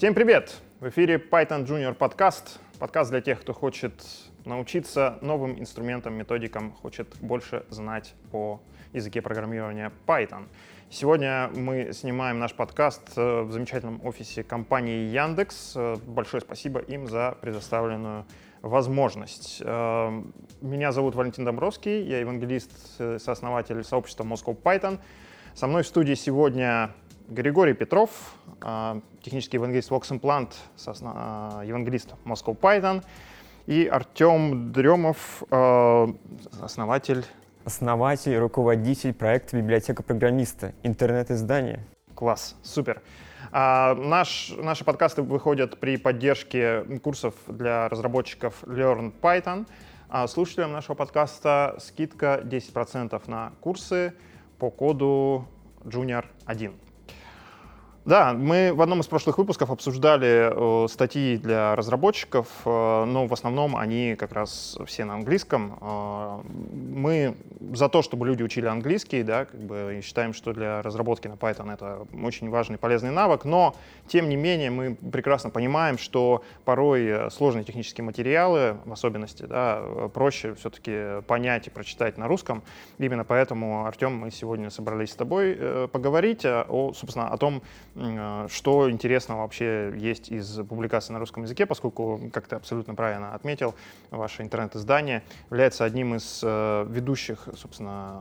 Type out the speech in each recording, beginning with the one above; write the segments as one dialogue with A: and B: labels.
A: Всем привет! В эфире Python Junior подкаст. Подкаст для тех, кто хочет научиться новым инструментам, методикам, хочет больше знать по языке программирования Python. Сегодня мы снимаем наш подкаст в замечательном офисе компании Яндекс. Большое спасибо им за предоставленную возможность. Меня зовут Валентин Домбровский, я евангелист, сооснователь сообщества Moscow Python. Со мной в студии сегодня Григорий Петров, технический евангелист VoxImplant, евангелист Moscow Python, и Артем Дремов, основатель, руководитель проекта «Библиотека программиста», интернет-издание. Класс, супер. Наши подкасты выходят при поддержке курсов для разработчиков Learn Python. Слушателям нашего подкаста скидка 10% на курсы по коду Junior1. Да, мы в одном из прошлых выпусков обсуждали статьи для разработчиков, но в основном они как раз все на английском. Мы за то, чтобы люди учили английский, да, и считаем, что для разработки на Python это очень важный, полезный навык, но тем не менее мы прекрасно понимаем, что порой сложные технические материалы, в особенности, да, проще все-таки понять и прочитать на русском. Именно поэтому, Артем, мы сегодня собрались с тобой поговорить собственно, о том, что интересного вообще есть из публикаций на русском языке, поскольку, как ты абсолютно правильно отметил, ваше интернет-издание является одним из ведущих, собственно,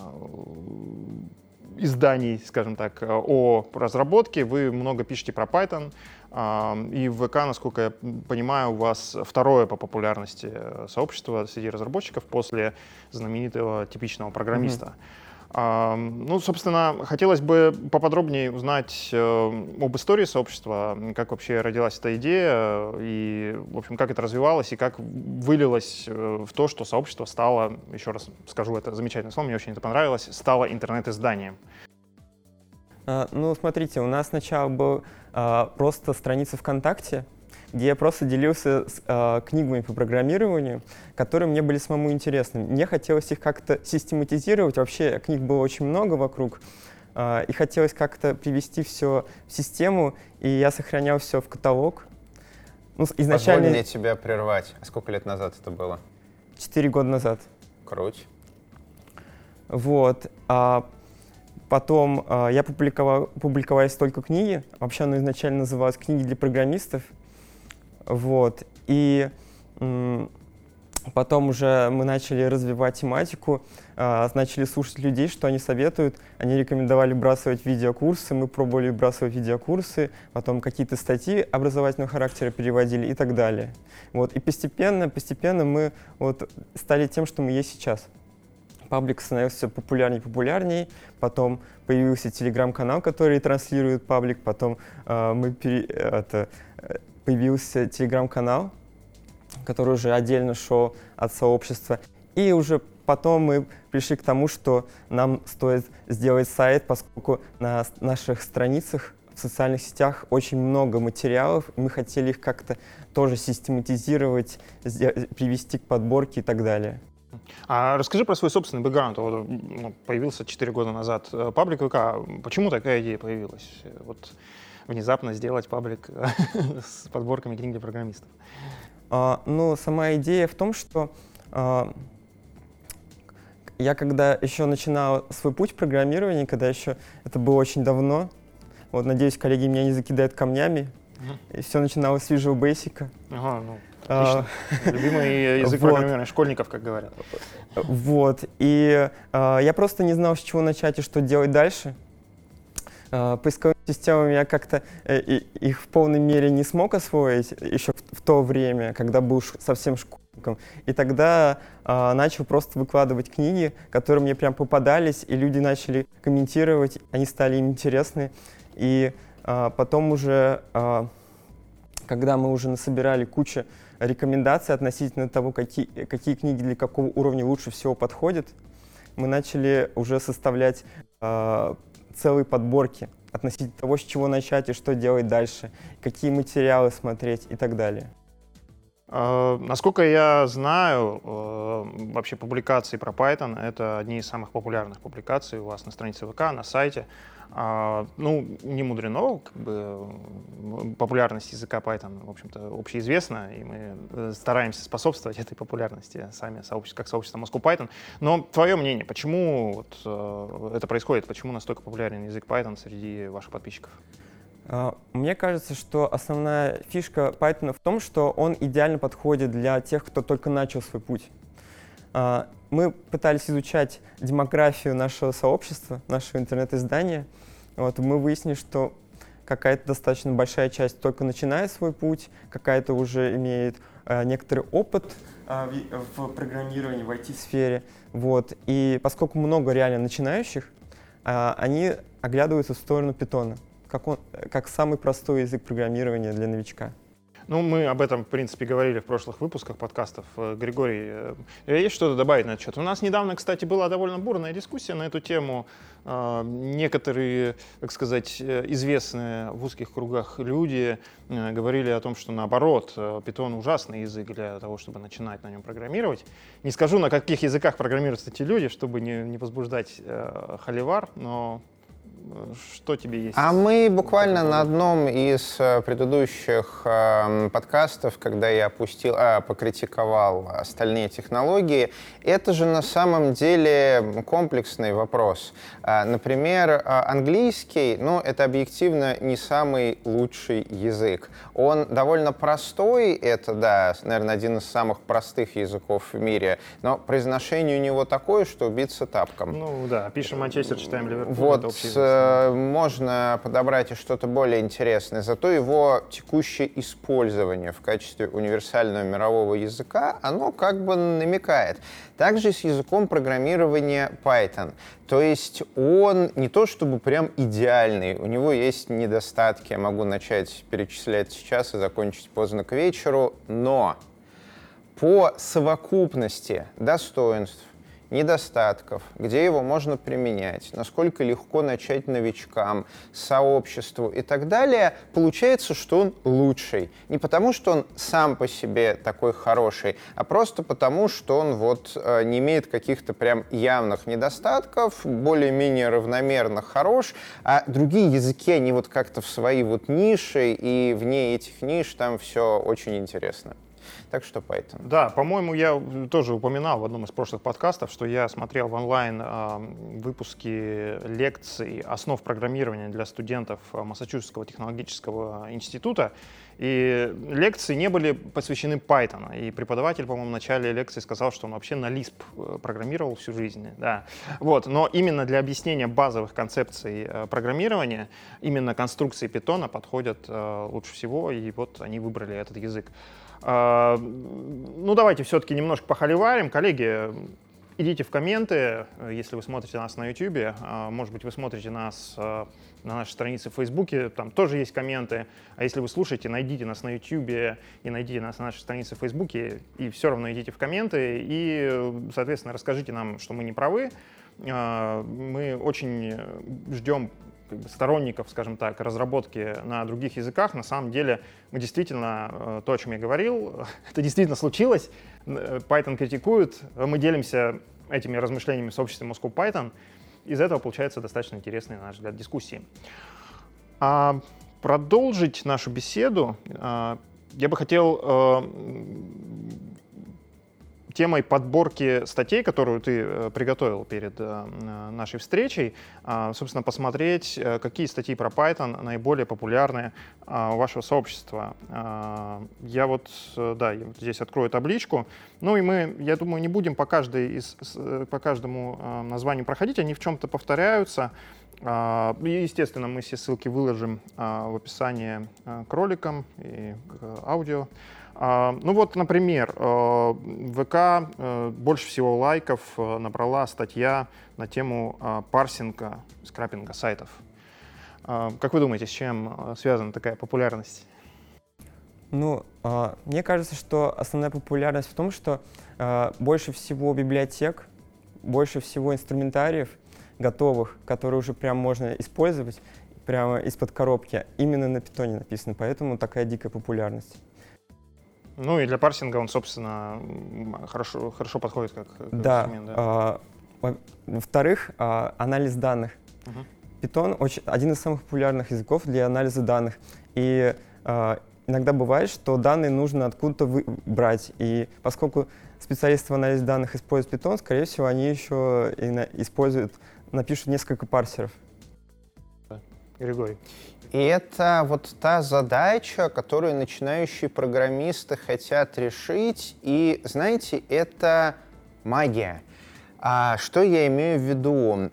A: изданий, скажем так, о разработке. Вы много пишете про Python, и в ВК, насколько я понимаю, у вас второе по популярности сообщество среди разработчиков после знаменитого типичного программиста. Собственно, хотелось бы поподробнее узнать об истории сообщества, как вообще родилась эта идея, и, в общем, как это развивалось, и как вылилось в то, что сообщество стало, еще раз скажу это замечательное слово, мне очень это понравилось, стало интернет-изданием.
B: Смотрите, у нас сначала была просто страница ВКонтакте, где я просто делился книгами по программированию, которые мне были самому интересны. Мне хотелось их как-то систематизировать. Вообще книг было очень много вокруг, и хотелось как-то привести все в систему, и я сохранял все в каталог.
C: Позволь мне тебя прервать. А сколько лет назад это было?
B: 4 года назад.
C: Круть.
B: Вот. Потом я публиковались только книги. Вообще оно изначально называлось «Книги для программистов». Вот. И потом уже мы начали развивать тематику, начали слушать людей, что они советуют. Они рекомендовали вбрасывать видеокурсы, мы пробовали вбрасывать видеокурсы, потом какие-то статьи образовательного характера переводили и так далее. Вот. И постепенно мы стали тем, что мы есть сейчас. Паблик становился все популярнее и популярнее, потом появился телеграм-канал, который транслирует паблик, потом появился телеграм-канал, который уже отдельно шел от сообщества. И уже потом мы пришли к тому, что нам стоит сделать сайт, поскольку на наших страницах в социальных сетях очень много материалов, и мы хотели их как-то тоже систематизировать, привести к подборке и так далее.
A: А расскажи про свой собственный бэкграунд. Появился 4 года назад паблик ВК. Почему такая идея появилась? Внезапно сделать паблик с подборками книг для программистов?
B: Сама идея в том, что я когда еще начинал свой путь в программировании, когда еще это было очень давно, надеюсь, коллеги меня не закидают камнями, и все начиналось с Visual Basic.
A: Отлично. Любимый язык программирования школьников, как говорят.
B: И я просто не знал, с чего начать и что делать дальше. Поисковыми системами я как-то их в полной мере не смог освоить еще в то время, когда был совсем школьником. И тогда начал просто выкладывать книги, которые мне прям попадались, и люди начали комментировать, они стали им интересны. И потом уже, когда мы уже насобирали кучу рекомендаций относительно того, какие книги для какого уровня лучше всего подходят, мы начали уже составлять целые подборки относительно того, с чего начать и что делать дальше, какие материалы смотреть и так далее.
A: Насколько я знаю, вообще публикации про Python — это одни из самых популярных публикаций у вас на странице ВК, на сайте. Не мудрено, популярность языка Python, в общем-то, общеизвестна, и мы стараемся способствовать этой популярности сами, как сообщество Moscow Python. Но твое мнение, почему это происходит, почему настолько популярен язык Python среди ваших подписчиков?
B: Мне кажется, что основная фишка Python в том, что он идеально подходит для тех, кто только начал свой путь. Мы пытались изучать демографию нашего сообщества, нашего интернет-издания. Мы выяснили, что какая-то достаточно большая часть только начинает свой путь, какая-то уже имеет некоторый опыт в программировании, в IT-сфере. И поскольку много реально начинающих, они оглядываются в сторону Python, как самый простой язык программирования для новичка.
A: Мы об этом, в принципе, говорили в прошлых выпусках подкастов. Григорий, есть что-то добавить на этот счет? У нас недавно, кстати, была довольно бурная дискуссия на эту тему. Некоторые, так сказать, известные в узких кругах люди говорили о том, что наоборот, Python ужасный язык для того, чтобы начинать на нем программировать. Не скажу, на каких языках программируют эти люди, чтобы не возбуждать холивар, но... Что тебе есть?
C: Мы буквально на одном из предыдущих подкастов, когда я покритиковал остальные технологии, это же на самом деле комплексный вопрос. Например, английский, это объективно не самый лучший язык. Он довольно простой, это, да, наверное, один из самых простых языков в мире, но произношение у него такое, что убиться тапком.
A: Пишем Манчестер, читаем Ливерпуль.
C: Можно подобрать и что-то более интересное, зато его текущее использование в качестве универсального мирового языка, оно намекает. Также с языком программирования Python. То есть он не то чтобы прям идеальный, у него есть недостатки, я могу начать перечислять сейчас и закончить поздно к вечеру, но по совокупности достоинств, недостатков, где его можно применять, насколько легко начать новичкам, сообществу и так далее, получается, что он лучший. Не потому, что он сам по себе такой хороший, а просто потому, что он не имеет каких-то прям явных недостатков, более-менее равномерно хорош, а другие языки, они как-то в свои ниши, и вне этих ниш там все очень интересно. Так что Python.
A: Да, по-моему, я тоже упоминал в одном из прошлых подкастов, что я смотрел в онлайн выпуски лекций основ программирования для студентов Массачусетского технологического института, и лекции не были посвящены Python. И преподаватель, по-моему, в начале лекции сказал, что он вообще на Lisp программировал всю жизнь. Да. Но именно для объяснения базовых концепций программирования именно конструкции Python подходят лучше всего, и они выбрали этот язык. Давайте все-таки немножко похоливарим. Коллеги, идите в комменты, если вы смотрите нас на YouTube. Может быть, вы смотрите нас на нашей странице в Фейсбуке, там тоже есть комменты. А если вы слушаете, найдите нас на YouTube и найдите нас на нашей странице в Фейсбуке, и все равно идите в комменты и, соответственно, расскажите нам, что мы не правы. Мы очень ждем сторонников, скажем так, разработки на других языках. На самом деле, мы действительно, то, о чем я говорил, это действительно случилось. Python критикуют, мы делимся этими размышлениями в сообществе Moscow Python. Из этого получается достаточно интересные, на наш взгляд, дискуссии. Продолжить нашу беседу я бы хотел темой подборки статей, которую ты приготовил перед нашей встречей, собственно, посмотреть, какие статьи про Python наиболее популярны у вашего сообщества. Я здесь открою табличку. И мы, я думаю, не будем по каждому названию проходить, они в чем-то повторяются. Естественно, мы все ссылки выложим в описании к роликам и к аудио. Например, в ВК больше всего лайков набрала статья на тему парсинга, скрапинга сайтов. Как вы думаете, с чем связана такая популярность?
B: Мне кажется, что основная популярность в том, что больше всего библиотек, больше всего инструментариев готовых, которые уже прям можно использовать прямо из-под коробки, именно на Python написано, поэтому такая дикая популярность.
A: И для парсинга он, собственно, хорошо подходит как инструмент.
B: Да. Во-вторых, анализ данных. Python один из самых популярных языков для анализа данных. И иногда бывает, что данные нужно откуда-то брать. И поскольку специалисты в анализе данных используют Python, скорее всего, они еще напишут несколько парсеров.
A: Григорий.
C: И это вот та задача, которую начинающие программисты хотят решить. И, знаете, это магия. Что я имею в виду?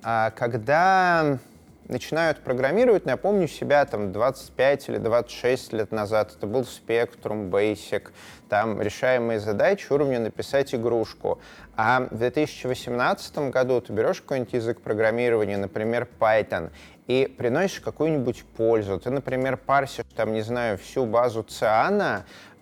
C: Когда начинают программировать, напомню себя, 25 или 26 лет назад, это был Spectrum, Basic, там решаемые задачи уровня написать игрушку. А в 2018 году ты берешь какой-нибудь язык программирования, например, Python, и приносишь какую-нибудь пользу. Ты, например, парсишь, не знаю, всю базу Циана,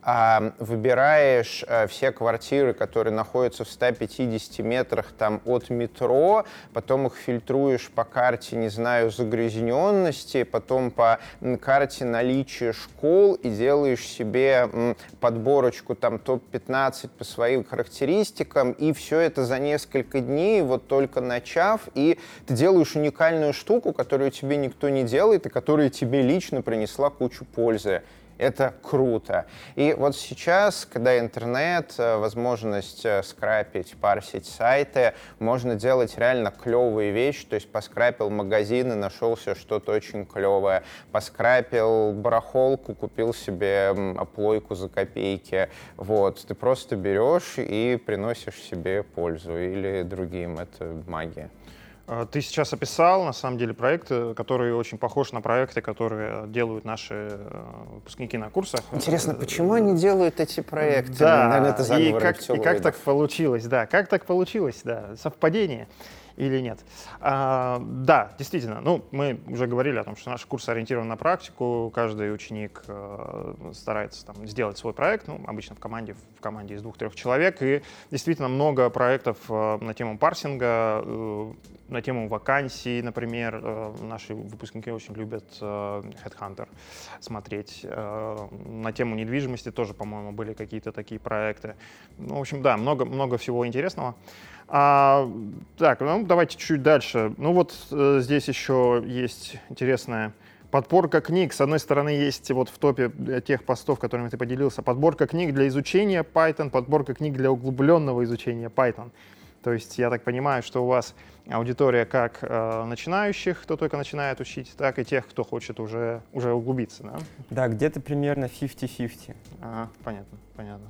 C: выбираешь все квартиры, которые находятся в 150 метрах от метро, потом их фильтруешь по карте, не знаю, загрязненности, потом по карте наличия школ и делаешь себе подборочку топ-15 по своим характеристикам, и все это за несколько дней, вот только начав, и ты делаешь уникальную штуку, которую тебе никто не делает, и которая тебе лично принесла кучу пользы. Это круто. И вот сейчас, когда интернет, возможность скрапить, парсить сайты, можно делать реально клевые вещи. То есть поскрапил магазин и нашел себе что-то очень клевое. Поскрапил барахолку, купил себе плойку за копейки. Вот. Ты просто берешь и приносишь себе пользу или другим. Это магия.
A: Ты сейчас описал, на самом деле, проект, который очень похож на проекты, которые делают наши выпускники на курсах.
C: Интересно, почему они делают эти проекты?
A: Да,
C: наверное, это заговор
A: и как так получилось, да, совпадение или нет. Да, действительно, мы уже говорили о том, что наш курс ориентирован на практику, каждый ученик старается сделать свой проект, обычно в команде из 2-3 человек, и действительно много проектов на тему парсинга, на тему вакансий, например. Наши выпускники очень любят Headhunter смотреть. На тему недвижимости тоже, по-моему, были какие-то такие проекты. В общем, да, много всего интересного. Так, давайте чуть дальше. Здесь еще есть интересная подборка книг. С одной стороны, есть в топе тех постов, которыми ты поделился, подборка книг для изучения Python, подборка книг для углубленного изучения Python. То есть я так понимаю, что у вас аудитория как начинающих, кто только начинает учить, так и тех, кто хочет уже углубиться, да?
B: Да, где-то примерно 50-50.
A: Ага, понятно.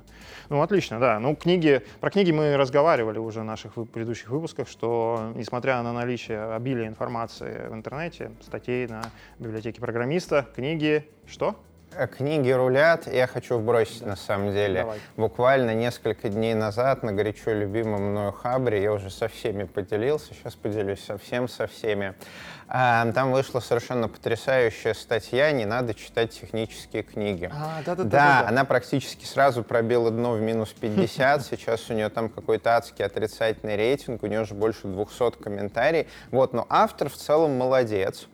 A: Отлично, да. Про книги мы разговаривали уже в наших предыдущих выпусках, что, несмотря на наличие обилия информации в интернете, статей на библиотеке программиста, книги, что?
C: Книги рулят, я хочу вбросить, на самом деле.
A: Давай.
C: Буквально несколько дней назад на горячо любимом мною Хабре я уже со всеми поделился, сейчас поделюсь совсем со всеми. Там вышла совершенно потрясающая статья «Не надо читать технические книги». Да, она практически сразу пробила дно в минус 50, сейчас у нее там какой-то адский отрицательный рейтинг, у нее уже больше 200 комментариев. Но автор в целом молодец.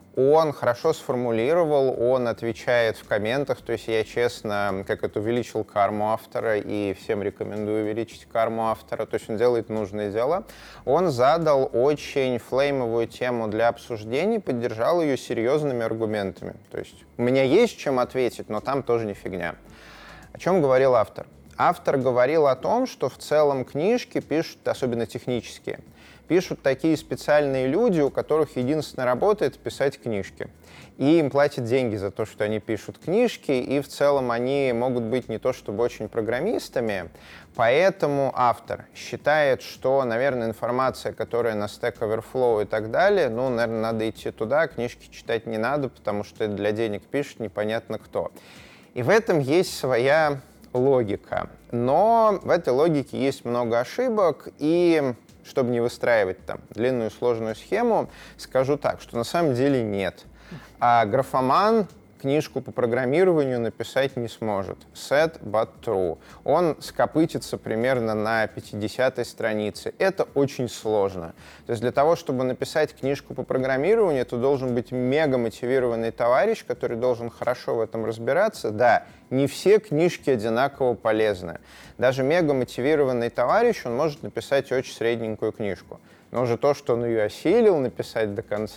C: Он хорошо сформулировал, он отвечает в комментах, то есть я честно, увеличил карму автора и всем рекомендую увеличить карму автора, то есть он делает нужное дело. Он задал очень флеймовую тему для обсуждений, поддержал ее серьезными аргументами. То есть у меня есть чем ответить, но там тоже не фигня. О чем говорил автор? Автор говорил о том, что в целом книжки пишут, особенно технические, пишут такие специальные люди, у которых единственная работа — это писать книжки. И им платят деньги за то, что они пишут книжки, и в целом они могут быть не то чтобы очень программистами. Поэтому автор считает, что, наверное, информация, которая на Stack Overflow и так далее, наверное, надо идти туда, книжки читать не надо, потому что это для денег пишет непонятно кто. И в этом есть своя логика. Но в этой логике есть много ошибок, и чтобы не выстраивать длинную сложную схему, скажу так, что на самом деле нет. А графоман книжку по программированию написать не сможет. Sad but true. Он скопытится примерно на 50-й странице. Это очень сложно. То есть для того, чтобы написать книжку по программированию, это должен быть мега мотивированный товарищ, который должен хорошо в этом разбираться. Да, не все книжки одинаково полезны. Даже мега мотивированный товарищ, он может написать очень средненькую книжку. Но уже то, что он ее осилил написать до конца,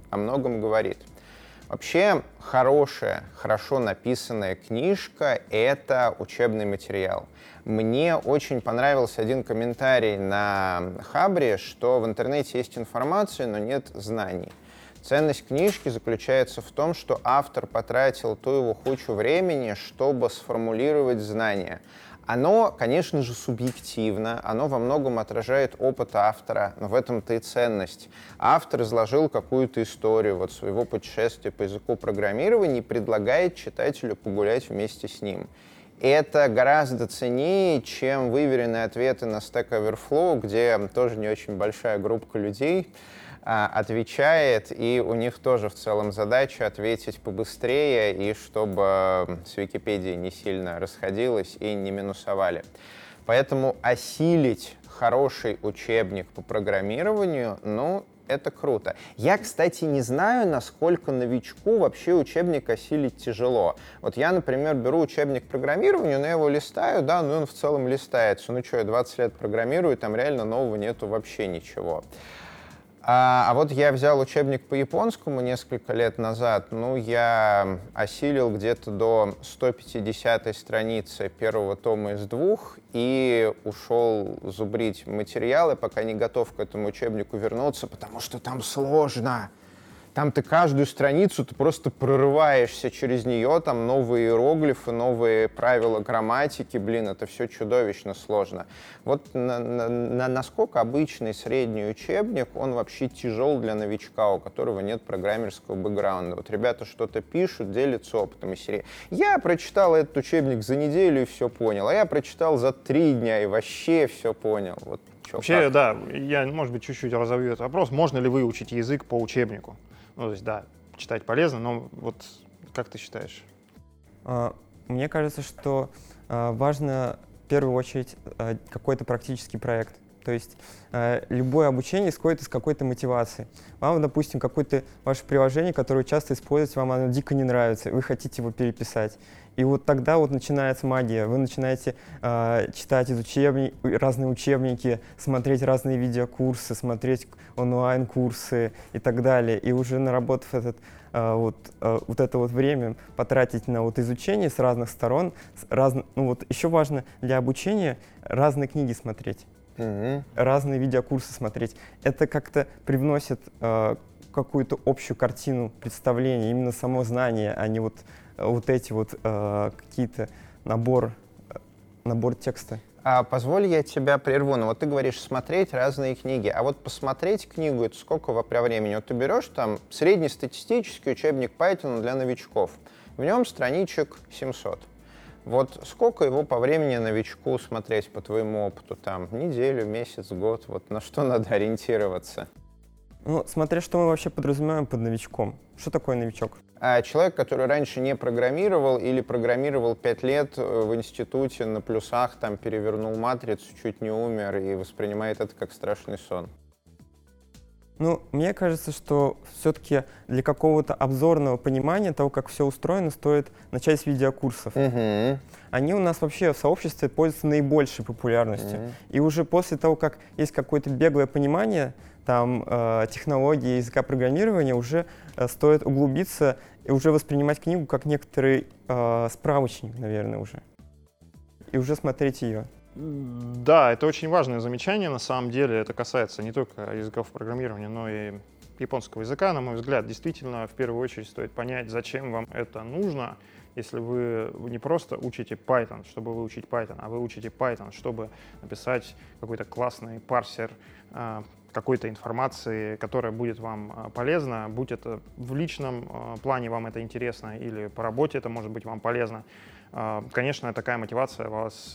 C: о многом говорит. Вообще, хорошая, хорошо написанная книжка — это учебный материал. Мне очень понравился один комментарий на Хабре, что в интернете есть информация, но нет знаний. Ценность книжки заключается в том, что автор потратил ту его кучу времени, чтобы сформулировать знания. Оно, конечно же, субъективно, оно во многом отражает опыт автора, но в этом-то и ценность. Автор изложил какую-то историю вот своего путешествия по языку программирования и предлагает читателю погулять вместе с ним. Это гораздо ценнее, чем выверенные ответы на Stack Overflow, где тоже не очень большая группа людей отвечает, и у них тоже в целом задача ответить побыстрее, и чтобы с Википедией не сильно расходилось и не минусовали. Поэтому осилить хороший учебник по программированию, ну, это круто. Я, кстати, не знаю, насколько новичку вообще учебник осилить тяжело. Вот я, например, беру учебник программирования, но я его листаю, да, ну он в целом листается. Ну что, я 20 лет программирую, там реально нового нету вообще ничего. А вот я взял учебник по японскому несколько лет назад, ну, я осилил где-то до 150-й страницы первого тома из 2 и ушел зубрить материалы, пока не готов к этому учебнику вернуться, потому что там сложно. Там ты каждую страницу, ты просто прорываешься через нее, там новые иероглифы, новые правила грамматики, блин, это все чудовищно сложно. Вот насколько обычный средний учебник, он вообще тяжел для новичка, у которого нет программерского бэкграунда. Вот ребята что-то пишут, делятся опытом из серии. Я прочитал этот учебник за неделю и все понял, а я прочитал за 3 дня и вообще все понял. Вот,
A: вообще, как? Да, я, может быть, чуть-чуть разовью этот вопрос. Можно ли выучить язык по учебнику? Ну, то есть, да, читать полезно, но вот как ты считаешь?
B: Мне кажется, что важно в первую очередь какой-то практический проект. То есть любое обучение исходит из какой-то мотивации. Вам, допустим, какое-то ваше приложение, которое вы часто используете, вам оно дико не нравится, вы хотите его переписать. И вот тогда вот начинается магия. Вы начинаете читать разные учебники, смотреть разные видеокурсы, смотреть онлайн-курсы и так далее. И уже наработав вот это вот время, потратить на вот изучение с разных сторон. Ну вот еще важно для обучения разные книги смотреть, разные видеокурсы смотреть. Это как-то привносит какую-то общую картину представления, именно само знание, а не вот эти вот какие-то набор текста.
C: Позволь, я тебя прерву. Но вот ты говоришь смотреть разные книги. А вот посмотреть книгу — это сколько по времени? Вот ты берешь там среднестатистический учебник Python для новичков. В нем страничек 700. Вот сколько его по времени новичку смотреть по твоему опыту? Там неделю, месяц, год? Вот на что надо ориентироваться?
B: Ну, смотря что мы вообще подразумеваем под новичком. Что такое новичок?
C: Человек, который раньше не программировал или программировал 5 лет в институте на плюсах, там перевернул матрицу, чуть не умер и воспринимает это как страшный сон.
B: Ну, мне кажется, что все-таки для какого-то обзорного понимания того, как все устроено, стоит начать с видеокурсов. Они у нас вообще в сообществе пользуются наибольшей популярностью. И уже после того, как есть какое-то беглое понимание там, технологии языка программирования, уже стоит углубиться и уже воспринимать книгу как некоторый справочник, наверное, уже. И уже смотреть ее.
A: Да, это очень важное замечание, на самом деле. Это касается не только языков программирования, но и японского языка, на мой взгляд. Действительно, в первую очередь стоит понять, зачем вам это нужно, если вы не просто учите Python, чтобы выучить Python, а вы учите Python, чтобы написать какой-то классный парсер какой-то информации, которая будет вам полезна, будь это в личном плане вам это интересно или по работе это может быть вам полезно. Конечно, такая мотивация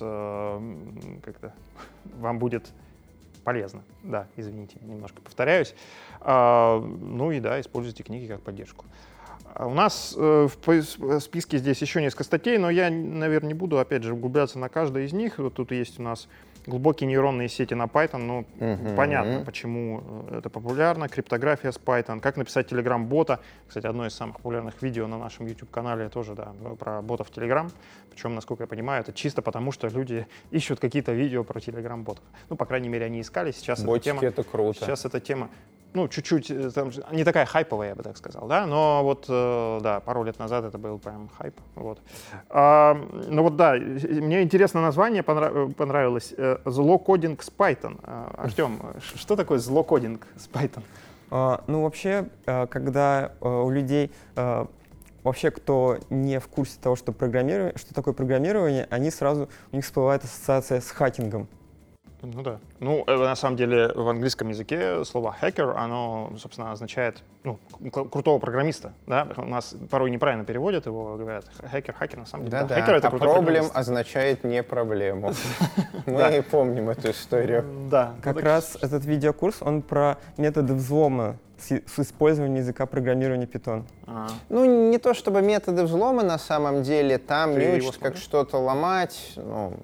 A: вам будет полезна. Да, извините, немножко повторяюсь. Ну и да, используйте книги как поддержку. У нас в списке здесь еще несколько статей, но я, наверное, не буду, опять же, углубляться на каждой из них. Вот тут есть у нас глубокие нейронные сети на Python, ну, понятно, почему это популярно, криптография с Python, как написать Telegram-бота. Кстати, одно из самых популярных видео на нашем YouTube-канале тоже, да, про ботов Telegram. Причем, насколько я понимаю, это чисто потому, что люди ищут какие-то видео про Telegram-ботов. Ну, по крайней мере, они искали. Сейчас
C: ботики — это круто.
A: Сейчас эта тема ну, чуть-чуть, там, не такая хайповая, я бы так сказал, да, но вот, да, пару лет назад это был прям хайп, вот. Ну вот, да, мне интересно название понравилось, злокодинг с Python. Артем, что такое злокодинг с Python?
B: Ну, вообще, когда у людей, вообще, кто не в курсе того, что такое программирование, у них всплывает ассоциация с хакингом.
A: Ну да. Ну, на самом деле, в английском языке слово hacker, оно, собственно, означает, ну, крутого программиста, да? У нас порой неправильно переводят его, говорят хакер, на самом деле.
C: Да,
A: Хакер — это крутой
C: проблем
A: программист.
C: означает не проблему. Мы помним эту историю.
A: Да.
B: Как раз этот видеокурс, он про методы взлома с использованием языка программирования Python.
C: Ну, не то чтобы методы взлома на самом деле, там
A: Ты
C: не
A: его
C: учат, как
A: смотришь?
C: что-то ломать. Ну,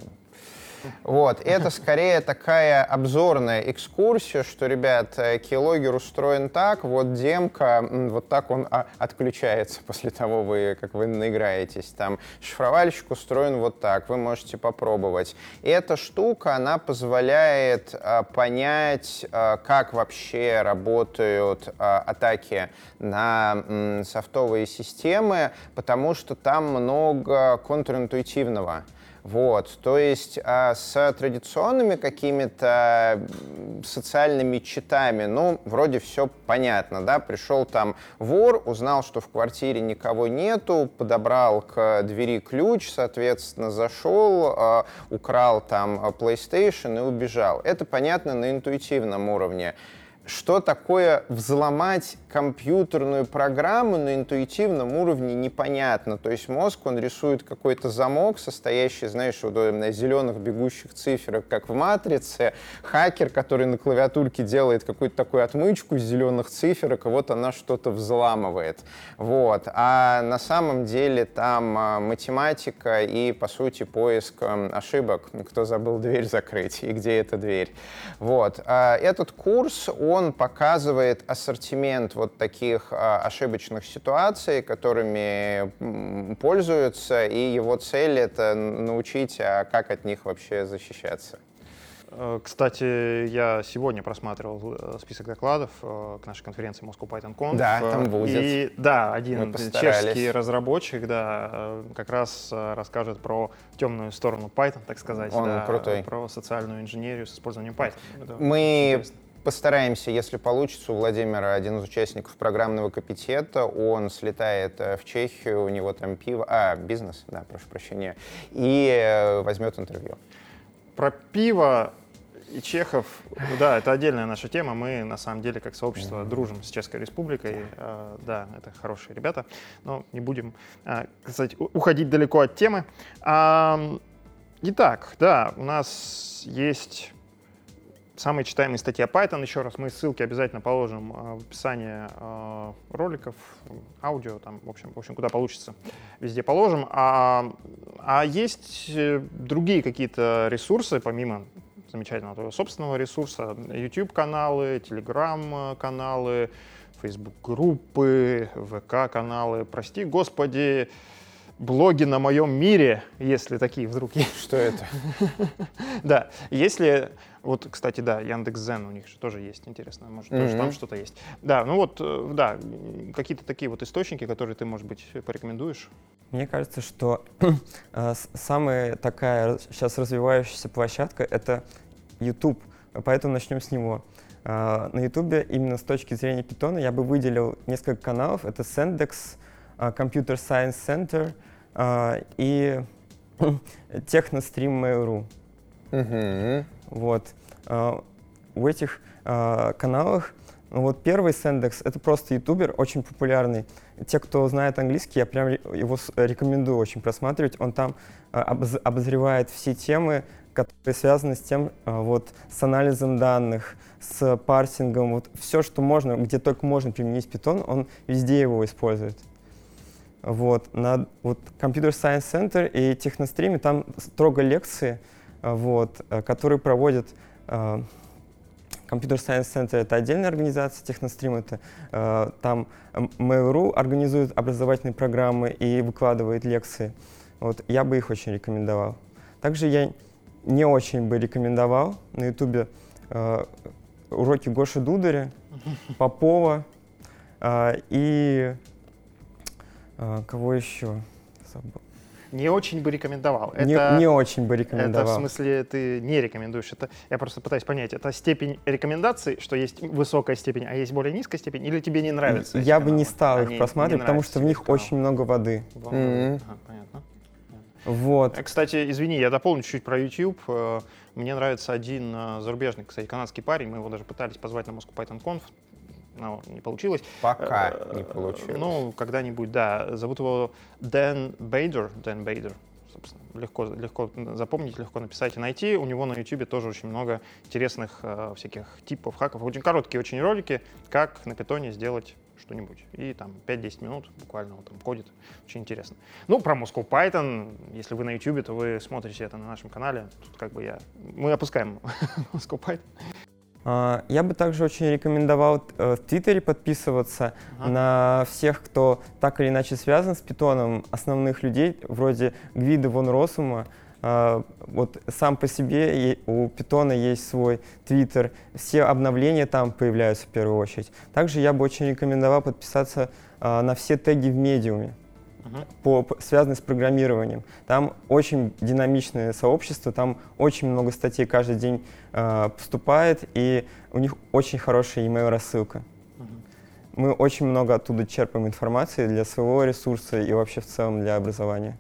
C: вот, это скорее такая обзорная экскурсия, что, ребят, keylogger устроен так, вот демка, вот так он отключается после того, как вы наиграетесь. Там шифровальщик устроен вот так, вы можете попробовать. И эта штука, она позволяет понять, как вообще работают атаки на софтовые системы, потому что там много контринтуитивного. Вот, то есть с традиционными какими-то социальными читами, ну, вроде все понятно, да, пришел там вор, узнал, что в квартире никого нету, подобрал к двери ключ, соответственно, зашел, украл там PlayStation и убежал. Это понятно на интуитивном уровне. Что такое взломать компьютерную программу на интуитивном уровне, непонятно. То есть мозг, он рисует какой-то замок, состоящий, знаешь, из зеленых бегущих циферок, как в «Матрице». Хакер, который на клавиатурке делает какую-то такую отмычку из зеленых циферок, и вот она что-то взламывает. Вот. А на самом деле там математика и, по сути, поиск ошибок. Кто забыл дверь закрыть и где эта дверь. Вот. Этот курс, он показывает ассортимент вот таких ошибочных ситуаций, которыми пользуются, и его цель — это научить, как от них вообще защищаться.
A: Кстати, я сегодня просматривал список докладов к нашей конференции Moscow Python Conf.
C: Да, там будет.
A: И да, один чешский разработчик, да, как раз расскажет про темную сторону Python, так сказать.
C: Он
A: да,
C: крутой.
A: Про социальную инженерию с использованием Python.
C: Мы постараемся, если получится, у Владимира один из участников программного капитета, он слетает в Чехию, у него там бизнес, да, прошу прощения, и возьмет интервью.
A: Про пиво и чехов, да, это отдельная наша тема. Мы, на самом деле, как сообщество, дружим с Чешской Республикой. Да, это хорошие ребята, но не будем, кстати, уходить далеко от темы. Итак, да, у нас есть самые читаемые статьи о Python. Еще раз, мы ссылки обязательно положим в описании роликов, аудио, там, в общем, куда получится, везде положим. А есть другие какие-то ресурсы, помимо замечательного твоего собственного ресурса, YouTube-каналы, Telegram-каналы, Facebook-группы, ВК-каналы, прости господи, блоги на моем мире, если такие вдруг есть.
C: Что это?
A: Да, если... Вот, кстати, да, Яндекс.Зен у них же тоже есть, интересно, может, тоже там что-то есть. Да, ну вот, да, какие-то такие вот источники, которые ты, может быть, порекомендуешь?
B: Мне кажется, что самая такая сейчас развивающаяся площадка — это YouTube, поэтому начнем с него. На YouTube именно с точки зрения Python я бы выделил несколько каналов. Это Sendex, Computer Science Center и TechnoStream.Mail.ru. Вот. В этих каналах, вот первый Sendex — это просто ютубер, очень популярный. Те, кто знает английский, я прям его рекомендую очень просматривать. Он там обозревает все темы, которые связаны с тем, вот, с анализом данных, с парсингом, вот все, что можно, где только можно применить Python, он везде его использует. Вот. На вот, Computer Science Center и TechnoStream там строго лекции, вот, которые проводят Computer Science Center — это отдельная организация, TechnoStream — это там Mail.ru организует образовательные программы и выкладывает лекции. Вот, я бы их очень рекомендовал. Также я не очень бы рекомендовал на YouTube уроки Гоши Дударя. Попова и кого еще? Забыл.
A: Не очень бы рекомендовал.
B: Не очень бы
A: Это
B: рекомендовал.
A: в смысле ты не рекомендуешь. Я просто пытаюсь понять, это степень рекомендаций, что есть высокая степень, а есть более низкая степень, или тебе не нравится?
B: Я бы не стал их просматривать, потому что в них очень много воды.
A: Ага, понятно.
B: Вот.
A: Кстати, извини, я дополню чуть-чуть про YouTube. Мне нравится один зарубежный, кстати, канадский парень. Мы его даже пытались позвать на Moscow Python Conf, но не получилось.
C: Пока не получилось.
A: Ну, когда-нибудь, да. Зовут его Дэн Бейдер. Собственно, легко запомнить, легко написать и найти. У него на YouTube тоже очень много интересных всяких типов хаков. Очень короткие очень ролики, как на питоне сделать что-нибудь. И там 5-10 минут буквально он там кодит. Очень интересно. Ну, про Moscow Python, если вы на YouTube, то вы смотрите это на нашем канале. Тут как бы мы опускаем Moscow Python.
B: Я бы также очень рекомендовал в Твиттере подписываться на всех, кто так или иначе связан с питоном, основных людей, вроде Гвида Вон Россума. Вот сам по себе у питона есть свой Твиттер, все обновления там появляются в первую очередь. Также я бы очень рекомендовал подписаться на все теги в медиуме, связанные с программированием. Там очень динамичное сообщество, там очень много статей каждый день поступает, и у них очень хорошая email-рассылка. Мы очень много оттуда черпаем информации для своего ресурса и вообще в целом для образования.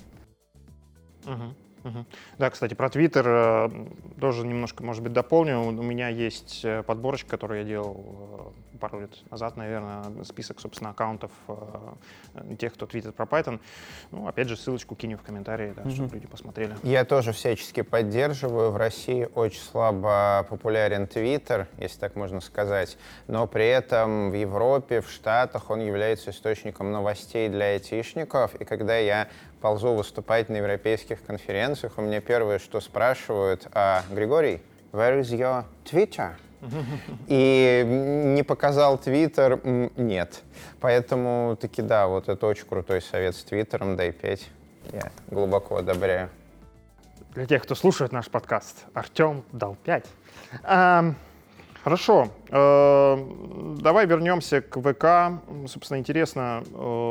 A: Да, кстати, про Твиттер тоже немножко, может быть, дополню. У меня есть подборочка, которую я делал пару лет назад, наверное, список, собственно, аккаунтов тех, кто твитит про Python. Ну, опять же, ссылочку кинем в комментарии, да, чтобы люди посмотрели.
C: Я тоже всячески поддерживаю. В России очень слабо популярен Твиттер, если так можно сказать, но при этом в Европе, в Штатах он является источником новостей для айтишников, и когда я ползу выступать на европейских конференциях, у меня первое, что спрашивают: Григорий, where is your Twitter? И не показал Твиттер, нет. Поэтому таки да, вот это очень крутой совет с Твиттером, дай 5. Я глубоко одобряю.
A: Для тех, кто слушает наш подкаст, Артем дал 5. Хорошо. Давай вернемся к ВК. Собственно, интересно,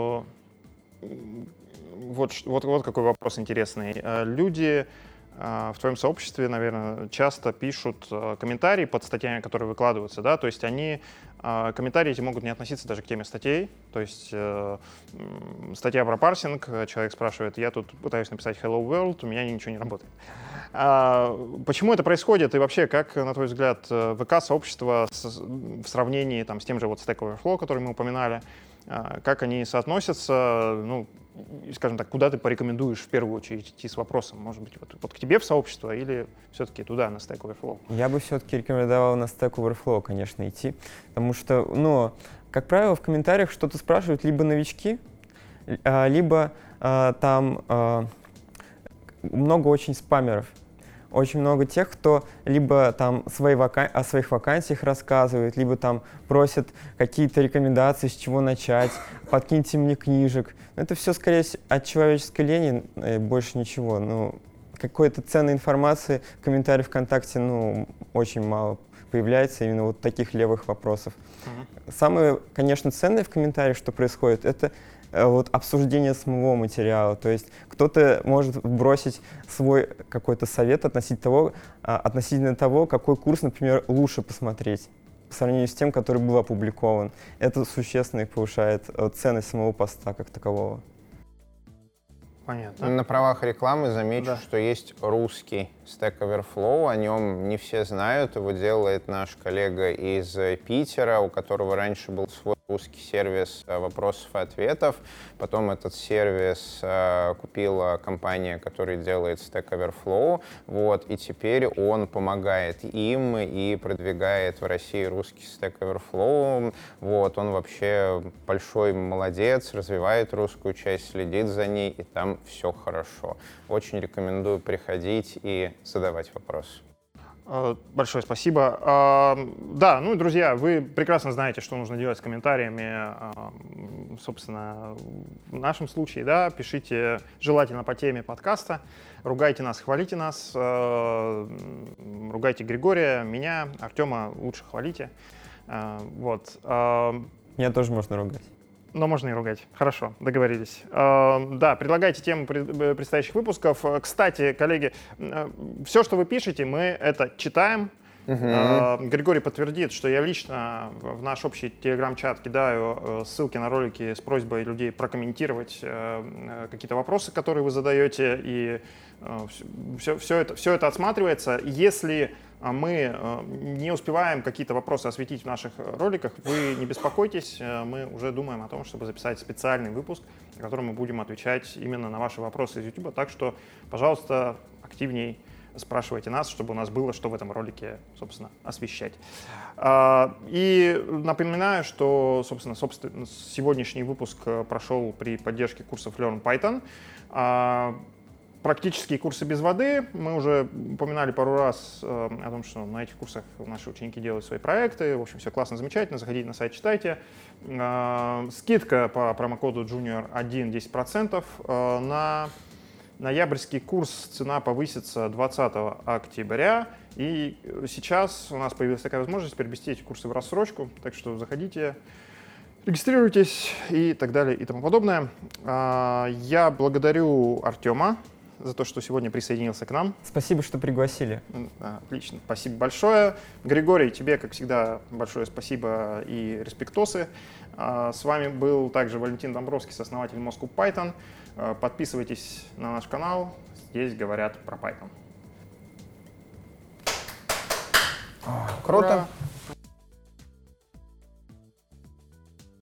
A: вот какой вопрос интересный. Люди в твоем сообществе, наверное, часто пишут комментарии под статьями, которые выкладываются, да, то есть комментарии эти могут не относиться даже к теме статей, то есть статья про парсинг, человек спрашивает: я тут пытаюсь написать Hello World, у меня ничего не работает. Почему это происходит и вообще, как, на твой взгляд, ВК-сообщество в сравнении там, с тем же вот Stack Overflow, который мы упоминали, как они соотносятся, ну, скажем так, куда ты порекомендуешь в первую очередь идти с вопросом? Может быть, вот к тебе в сообщество или все-таки туда, на Stack Overflow?
B: Я бы все-таки рекомендовал на Stack Overflow, конечно, идти, потому что, ну, как правило, в комментариях что-то спрашивают либо новички, либо там много очень спамеров. Очень много тех, кто либо там о своих вакансиях рассказывает, либо там просят какие-то рекомендации, с чего начать, подкиньте мне книжек. Это все скорее от человеческой лени, больше ничего. Ну, какой-то ценной информации в комментариях ВКонтакте, ну, очень мало появляется именно вот таких левых вопросов. Самое, конечно, ценное в комментариях, что происходит, это вот обсуждение самого материала. То есть кто-то может бросить свой какой-то совет относительно того, какой курс, например, лучше посмотреть по сравнению с тем, который был опубликован. Это существенно повышает ценность самого поста как такового.
A: Понятно.
C: На правах рекламы замечу, что есть русский Stack Overflow, о нем не все знают, его делает наш коллега из Питера, у которого раньше был свой русский сервис вопросов и ответов, потом этот сервис купила компания, которая делает Stack Overflow, вот, и теперь он помогает им и продвигает в России русский Stack Overflow, вот, он вообще большой молодец, развивает русскую часть, следит за ней, и там все хорошо. Очень рекомендую приходить и задавать вопросы.
A: Большое спасибо. Да, ну и, друзья, вы прекрасно знаете, что нужно делать с комментариями. Собственно, в нашем случае, да, пишите желательно по теме подкаста, ругайте нас, хвалите нас, ругайте Григория, меня, Артема лучше хвалите. Вот.
B: Меня тоже можно ругать.
A: Но можно и ругать. Хорошо, договорились. Да, предлагайте темы предстоящих выпусков. Кстати, коллеги, все, что вы пишете, мы это читаем. Григорий подтвердит, что я лично в наш общий телеграм-чат кидаю ссылки на ролики с просьбой людей прокомментировать какие-то вопросы, которые вы задаете, и все это отсматривается. Если мы не успеваем какие-то вопросы осветить в наших роликах, вы не беспокойтесь, мы уже думаем о том, чтобы записать специальный выпуск, в котором мы будем отвечать именно на ваши вопросы из YouTube, так что, пожалуйста, активней спрашивайте нас, чтобы у нас было, что в этом ролике, собственно, освещать. И напоминаю, что, собственно, сегодняшний выпуск прошел при поддержке курсов Learn Python. Практические курсы без воды. Мы уже упоминали пару раз о том, что на этих курсах наши ученики делают свои проекты. В общем, все классно, замечательно. Заходите на сайт, читайте. Скидка по промокоду Junior1 10%. На ноябрьский курс цена повысится 20 октября. И сейчас у нас появилась такая возможность перевести эти курсы в рассрочку. Так что заходите, регистрируйтесь и так далее и тому подобное. Я благодарю Артема за то, что сегодня присоединился к нам.
B: Спасибо, что пригласили.
A: Отлично, спасибо большое. Григорий, тебе, как всегда, большое спасибо и респектосы. С вами был также Валентин Домбровский, основатель Moscow Python. Подписывайтесь на наш канал, здесь говорят про Python.
C: Круто.
A: Ура!